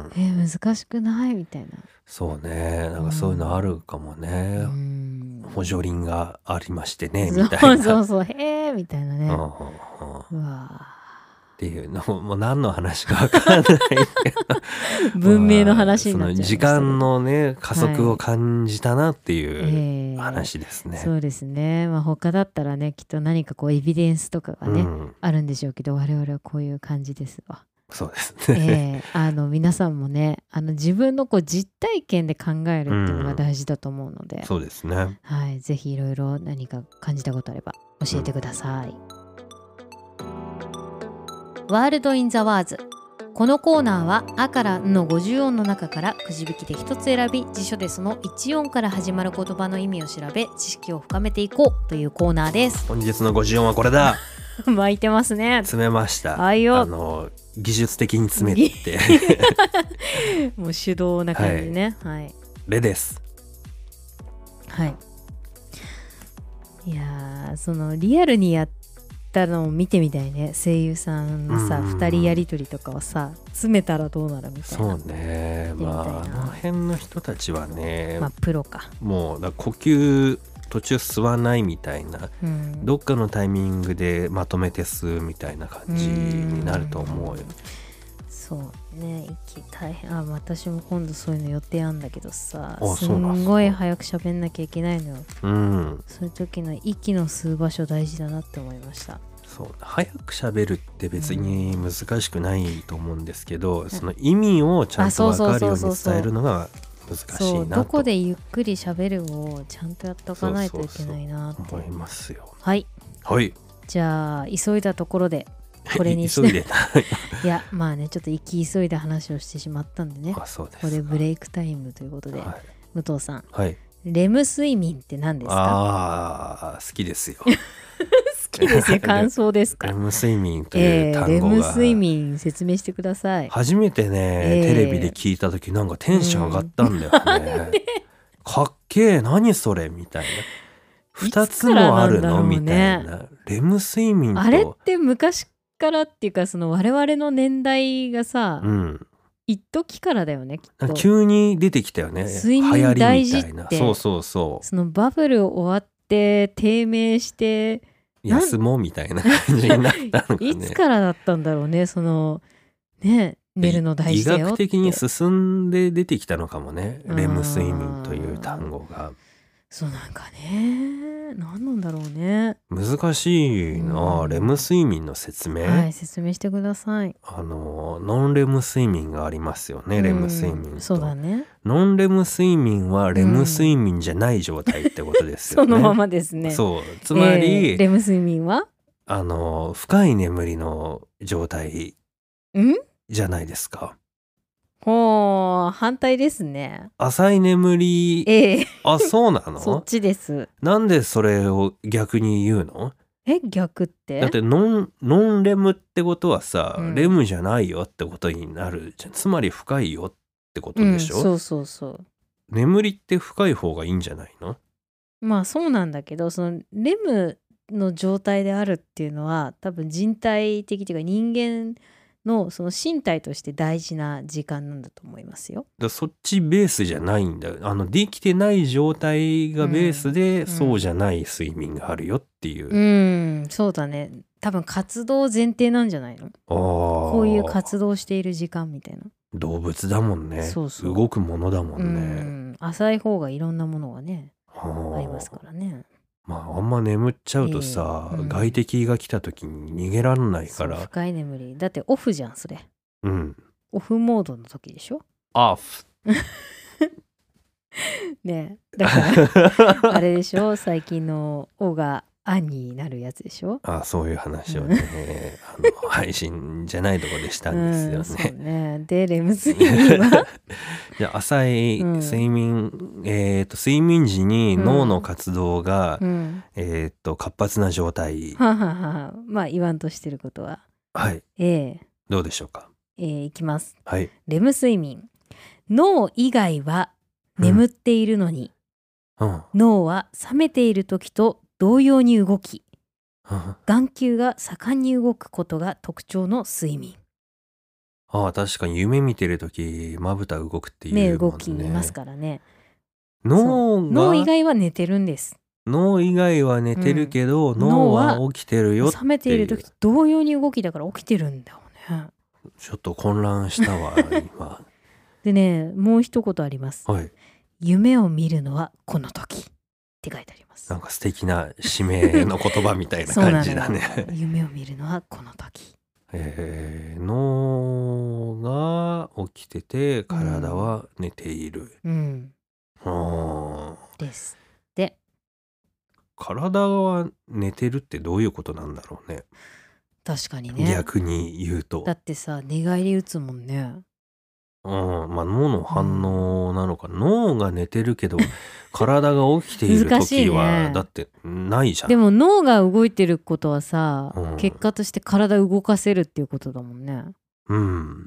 えー、難しくないみたいな。 そうねなんかそういうのあるかもね、うん、補助輪がありましてねみたいな。 そうそうそうへーみたいなね、うん、うわっていうのもう何の話か分からないけど文明の話になっちゃいましたけど、 その時間のね加速を感じたなっていう話ですね、 はいえー、そうですね、まあ、他だったらねきっと何かこうエビデンスとかがね、うん、あるんでしょうけど我々はこういう感じですわ。 そうですね、 えー、あの皆さんもねあの自分のこう実体験で考えるっていうのが大事だと思うので、うん、 そうですね、 はい、ぜひいろいろ何か感じたことあれば教えてください、うん、ワールドインザワーズ。このコーナーはあからんのごじゅう音の中からくじ引きで一つ選び辞書でそのいち音から始まる言葉の意味を調べ知識を深めていこうというコーナーです。 本日のごじゅう音はこれだ巻いてますね。 詰めました。 あいよあの技術的に詰めてもう手動な感じね。はい、はい、 レです。 はいいやそのリアルにやったのを見てみたいね。声優さんのさふたりやり取りとかをさ詰めたらどうなるみたいな。 そうねまああの辺の人たちはねまあプロかもうだ呼吸途中吸わないみたいな、うん、どっかのタイミングでまとめて吸うみたいな感じになると思うよ。 そうね息大変。あ私も今度そういうの予定あんだけどさすんごい早く喋んなきゃいけないのよ、うん、そういう時の息の吸う場所大事だなって思いました。 そう早く喋るって別に難しくないと思うんですけど、うん、その意味をちゃんと分かるように伝えるのが難しいなと。そうどこでゆっくり喋るをちゃんとやっておかないといけないなって思いますよ。 はいはいじゃあ急いだところでこれにして急いでいやまあねちょっと行き急いで話をしてしまったんでね。 あそうです。 これブレイクタイムということで、はい、武藤さん、 はい、 レム睡眠って何ですか？ ああ好きですよ好きですよ感想ですか？ レム睡眠という単語が、えー、 レム睡眠説明してください。 初めてね、えー、テレビで聞いた時なんかテンション上がったんだよね、うん、かっけえ何それみたいなふたつもあるの、ね、みたいなレム睡眠とあれって昔からっていうかその我々の年代がさ、 うん、 一時からだよね、きっと。 急に出てきたよね。 睡眠大事って。 流行りみたいな。そうそうそう。 そのバブル終わって低迷して休もうみたいな感じになったのかね。 いつからだったんだろうね、そのね、寝るの大事だよって。 医学的に進んで出てきたのかもね、レム睡眠という単語が。 そうなんかね、何なんだろうね。 難しいな、うん、レム睡眠の説明。 はい、説明してください。 あのノンレム睡眠がありますよね、うん、レム睡眠と。 そうだね。 ノンレム睡眠はレム睡眠じゃない状態ってことですよね。 そのままですね。 そう、つまり、 えー、レム睡眠はあの深い眠りの状態じゃないですか。 ほう、反対ですね。 浅い眠り。 ええ、 あ、そうなの？ そっちです。 なんでそれを逆に言うの？ え、逆って？ だってノン、ノンレムってことはさ、うん、レムじゃないよってことになるじゃん。つまり深いよってことでしょ？ うん、そうそうそう。 眠りって深い方がいいんじゃないの？ まあそうなんだけど、そのレムの状態であるっていうのは多分人体的というか人間のその身体として大事な時間なんだと思いますよ。 だそっちベースじゃないんだよ。あのできてない状態がベースで、うん、そうじゃない睡眠があるよっていう。 うん、そうだね。多分活動前提なんじゃないの？あ、こういう活動している時間みたいな。 動物だもんね。そうそう、動くものだもんね。 うん、浅い方がいろんなものがねありますからね。 まああんま眠っちゃうとさ、えーうん、外敵が来た時に逃げらんないから。 そう、深い眠りだってオフじゃんそれ。 うん。 オフモードの時でしょ。 オフねえ、だからあれでしょ、最近の「お」が「あ」になるやつでしょ。 あ、そういう話をね、うん、あの配信じゃないとこでしたんですよね。うん、 そうね。でレム睡眠はじゃあ浅い睡眠、うん、えっ、ー、と睡眠時に脳の活動が、うん、えっ、ー、と活発な状態。 ははは。まあ言わんとしてることは。 はい。 ええー、 どうでしょうか。 えー、いきます。 はい。 レム睡眠。脳以外は眠っているのに、うんうん、脳は覚めている時と同様に動き、うん、眼球が盛んに動くことが特徴の睡眠。 ああ、確かに夢見てる時まぶた動くっていうもんね。 目動きますからね。 脳が脳以外は寝てるんです。 脳以外は寝てるけど、うん、脳は起きてるよっていう。 覚めている時と同様に動きだから起きてるんだよね。 ちょっと混乱したわ今。 でね、もう一言あります。 はい。 夢を見るのはこの時って書いてあります。 なんか素敵な締めの言葉みたいな感じだね。 夢を見るのはこの時。 えー、脳が起きてて体は寝ている。 うん。 うん、 です。で、 体は寝てるってどういうことなんだろうね。 確かにね。 逆に言うと。 だってさ、寝返り打つもんね。 うん、まあ脳の反応なのか、うん、脳が寝てるけど体が起きている時はね、だってないじゃん。 でも脳が動いてることはさ、うん、結果として体動かせるっていうことだもんね。 うん。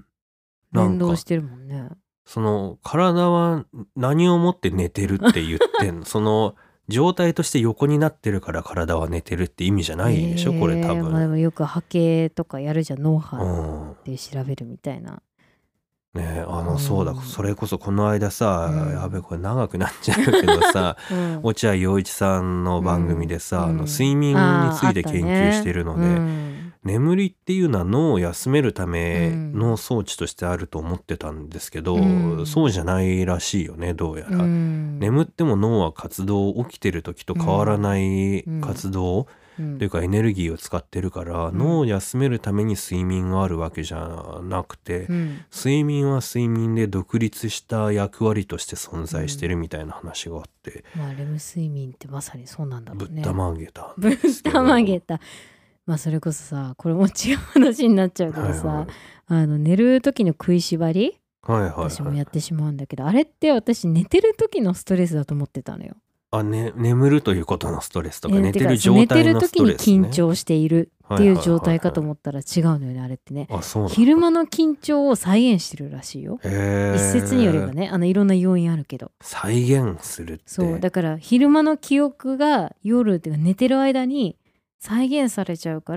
連動してるもんね。 その体は何をもって寝てるって言ってんのその状態として横になってるから体は寝てるって意味じゃないでしょ、えー、これ多分。 まあ、でもよく波形とかやるじゃん、脳波で調べるみたいな。 ねえ、あの、うん、そうだ、それこそこの間さ、うん、やべこれ長くなっちゃうけどさ、うん、落合陽一さんの番組でさ、うん、あの睡眠について研究してるので、ね、眠りっていうのは脳を休めるための装置としてあると思ってたんですけど、うん、そうじゃないらしいよね、どうやら。眠っても脳は活動、起きてる時と変わらない活動、というかエネルギーを使ってるから、うん、脳を休めるために睡眠があるわけじゃなくて、うん、睡眠は睡眠で独立した役割として存在してるみたいな話があって、 うん、まあレム睡眠ってまさにそうなんだろうね。 ぶったまげたぶったまげた。まあそれこそさ、これも違う話になっちゃうけどさ、はいはい、あの寝る時の食いしばり、はいはいはい、私もやってしまうんだけど、あれって私寝てる時のストレスだと思ってたのよ。 あ、ね、眠るということのストレスとか、寝てる状態のストレス、ね、 寝てる時に緊張しているっていう状態かと思ったら違うのよね、あれってね。あ、そうなんだ。昼間の緊張を再現してるらしいよ。へー。一説によればね、あのいろんな要因あるけど。 再現するって。 そうだから昼間の記憶が夜っていうか寝てる間に再現されちゃうから、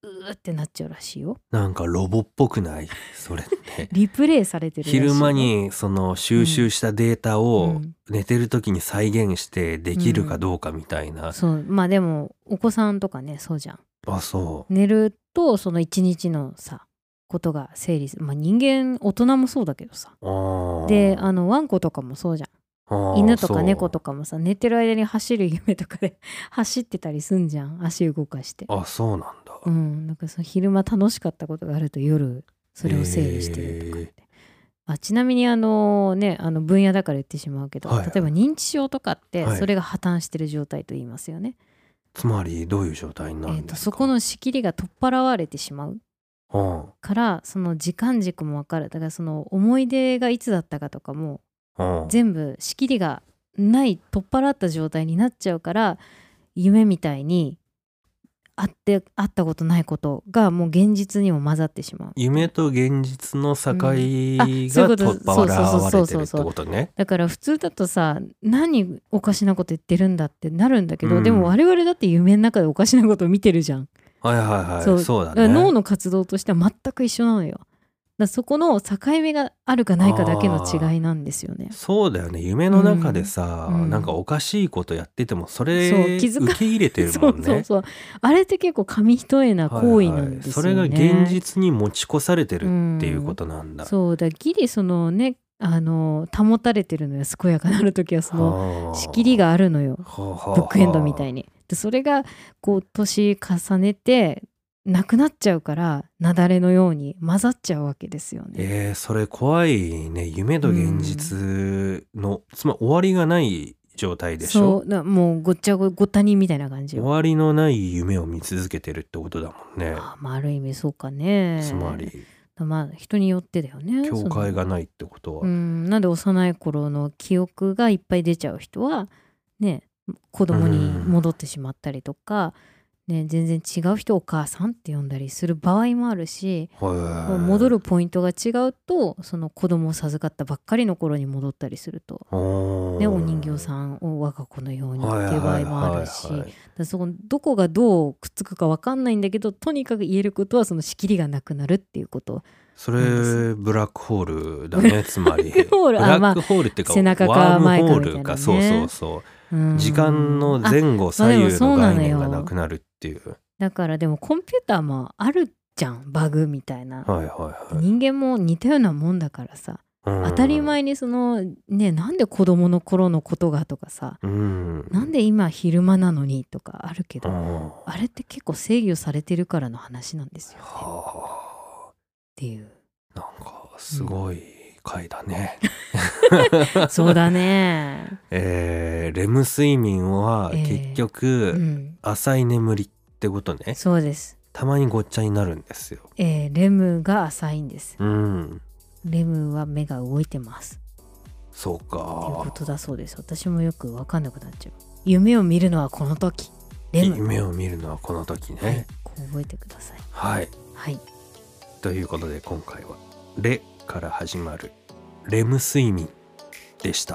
うーってなっちゃうらしいよ。 なんかロボっぽくないそれってリプレイされてるらしいよ。 昼間にその収集したデータうをん寝てる時に再現してできるかどうかみたいな、 そうまあでもお子さんとかねそうじゃん。 あそう寝るとその一日のさことが整理する。まあ人間大人もそうだけどさ。 あであのワンコとかもそうじゃん。 あ犬とか猫ととかもさ寝てる間に走る夢とかで走ってたりすんじゃん、足動かして。 あそうなんだ、 うんなんかその昼間楽しかったことがあると夜それを整理してるとかって、 えあちなみにあのねあの分野だから言ってしまうけど、 はいはい例えば認知症とかってはいそれが破綻してる状態と言いますよね。 つまりどういう状態になるえーんですか。 とそこの仕切りが取っ払われてしまううんからその時間軸も分かる。だからその思い出がいつだったかとかもうん全部仕切りがない取っ払った状態になっちゃうから、夢みたいにあってあったことないことがもう現実にも混ざってしまう。 夢と現実の境がうんあそういうこと取っ払われてるってことね。 だから普通だとさ何おかしなこと言ってるんだってなるんだけど、 うんでも我々だって夢の中でおかしなことを見てるじゃん。 はいはいはいそそううだからね。 脳の活動としては全く一緒なのよ。だからそこの境目があるかないかだけの違いなんですよね。 そうだよね。夢の中でさ、 うんなんかおかしいことやっててもそそうれ気づか受け入れてるそうもんね。 そうそうあれって結構紙一重な行為なんですよね。 はいはいそれが現実に持ち越されてるっていうことなんだ。 そうだギリそのねあの保たれてるのよ。健やかなる時はその仕切りがあるのよ。 はあはあブックエンドみたいに。でそれがこう年重ねてなくなっちゃうから雪崩のように混ざっちゃうわけですよね。 えー、それ怖いね。夢と現実の、つまり終わりがない状態でしょ。 そうだもうごっちゃごごったにみたいな感じよ。 終わりのない夢を見続けてるってことだもんね。 あまあ、ある意味そうかね。 つまりまあ人によってだよね。 境界がないってことは、 そのうんなんで幼い頃の記憶がいっぱい出ちゃう人はね子供に戻ってしまったりとか、ね、全然違う人をお母さんって呼んだりする場合もあるし、戻るポイントが違うとその子供を授かったばっかりの頃に戻ったりすると、ね、お人形さんを我が子のようにっていう場合もあるし、そこどこがどうくっつくか分かんないんだけど、とにかく言えることはその仕切りがなくなるっていうこと。 それブラックホールだね。つまりブラックホールブラックホールっていうか、 背中かワーム前かホーみたいなねルか、そうそうそう、 うん時間の前後左右の概念がなくなるっていう。 だからでもコンピューターもあるじゃんバグみたいな、 はいはいはい、 人間も似たようなもんだからさ、うん、当たり前にそのねなんで子供の頃のことがとかさ、うん、なんで今昼間なのにとかあるけど、うん、あれって結構制御されてるからの話なんですよね、はあ、っていうなんかすごい回だね、 うん、そうだねえー、レム睡眠は結局、えーうん、浅い眠りってことね。 そうです。 たまにごっちゃになるんですよ。 えー、レムが浅いんです、 うん、 レムは目が動いてます。 そうかっていうことだそうです。私もよく分かんなくなっちゃう。夢を見るのはこの時、レム夢を見るのはこの時ね、 はい、こう覚えてください。 はい、 はい、 ということで今回はレから始まるレム睡眠でした。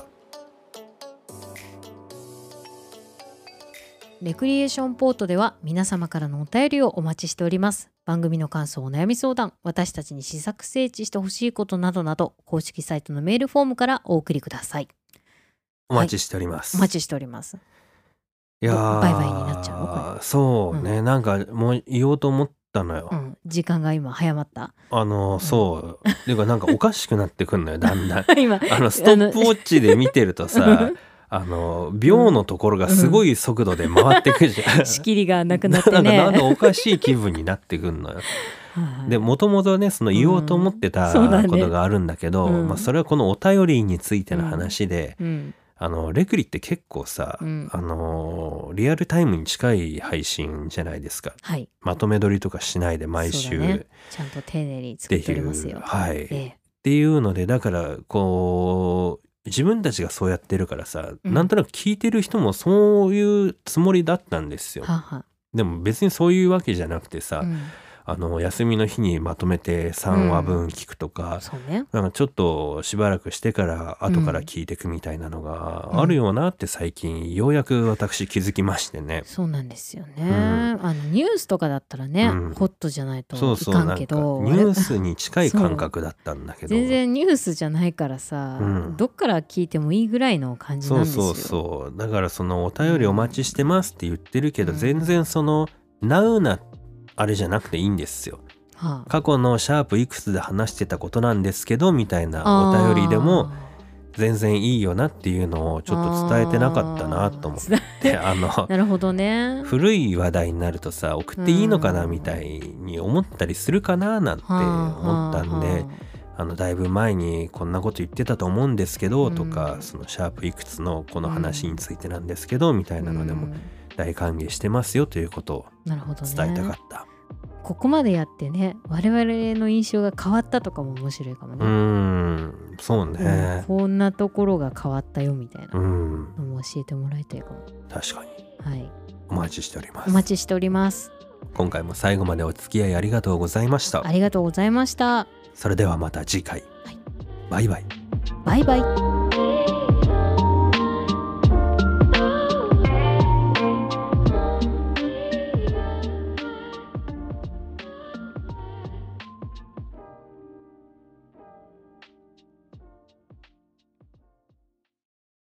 レクリエーションポートでは皆様からのお便りをお待ちしております。番組の感想、お悩み相談、私たちに試作整地してほしいことなどなど、公式サイトのメールフォームからお送りください。 お待ちしております。 はい、お待ちしております。 いやーバイバイになっちゃうのこれ。 そうね、うん、なんかもう言おうと思ったのよ、 うん、時間が今早まった。 あのそう、っていうかなんかおかしくなってくんのよだんだん今あのストップウォッチで見てるとさあの秒のところがすごい速度で回ってくじゃん、うん、 仕切りがなくなってねなんかなんかおかしい気分になってくんのよでもともとねその言おうと思ってたことがあるんだけど、うん そ, ねまあ、それはこのお便りについての話で、うんうんあのレクリって結構さ、うん、あのリアルタイムに近い配信じゃないですか、はい、まとめ撮りとかしないで毎週、ね、 ちゃんと丁寧に作っておりますよ、 はいええ、っていうのでだからこう自分たちがそうやってるからさ、うん、なんとなく聞いてる人もそういうつもりだったんですよ、ははでも別にそういうわけじゃなくてさ、うんあの休みの日にまとめてさんわぶん聞くとか、 うん、そうね、 なんかちょっとしばらくしてから後から聞いていくみたいなのがあるよなって最近ようやく私気づきましてね。 そうなんですよね、うん、あのニュースとかだったらね、うん、ホットじゃないといかんけど、そうそう、なんかニュースに近い感覚だったんだけど全然ニュースじゃないからさ、うん、どっから聞いてもいいぐらいの感じなんですよ。 そうそうそう、だからそのお便りお待ちしてますって言ってるけど、うん、全然そのナウなあれじゃなくていいんですよ。はあ、過去のシャープいくつで話してたことなんですけどみたいなお便りでも全然いいよなっていうのをちょっと伝えてなかったなと思ってあのなるほどね、 古い話題になるとさ送っていいのかなみたいに思ったりするかななんて思ったんで、あのだいぶ前にこんなこと言ってたと思うんですけどとか、そのシャープいくつのこの話についてなんですけどみたいなのでも大歓迎してますよということを伝えたかった。 ここまでやってね我々の印象が変わったとかも面白いかもね。 うーんそうね、 うん、こんなところが変わったよみたいなのも教えてもらいたいかも。 確かに、 はい、 お待ちしております。 お待ちしております。 今回も最後までお付き合いありがとうございました。 ありがとうございました。 それではまた次回、はい、バイバイ。 バイバイ。